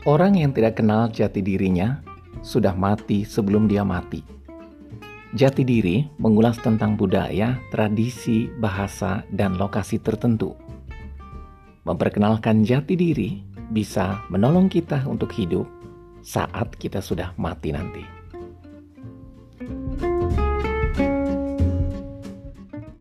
Orang yang tidak kenal jati dirinya sudah mati sebelum dia mati. Jati diri mengulas tentang budaya, tradisi, bahasa, dan lokasi tertentu. Memperkenalkan jati diri bisa menolong kita untuk hidup saat kita sudah mati nanti.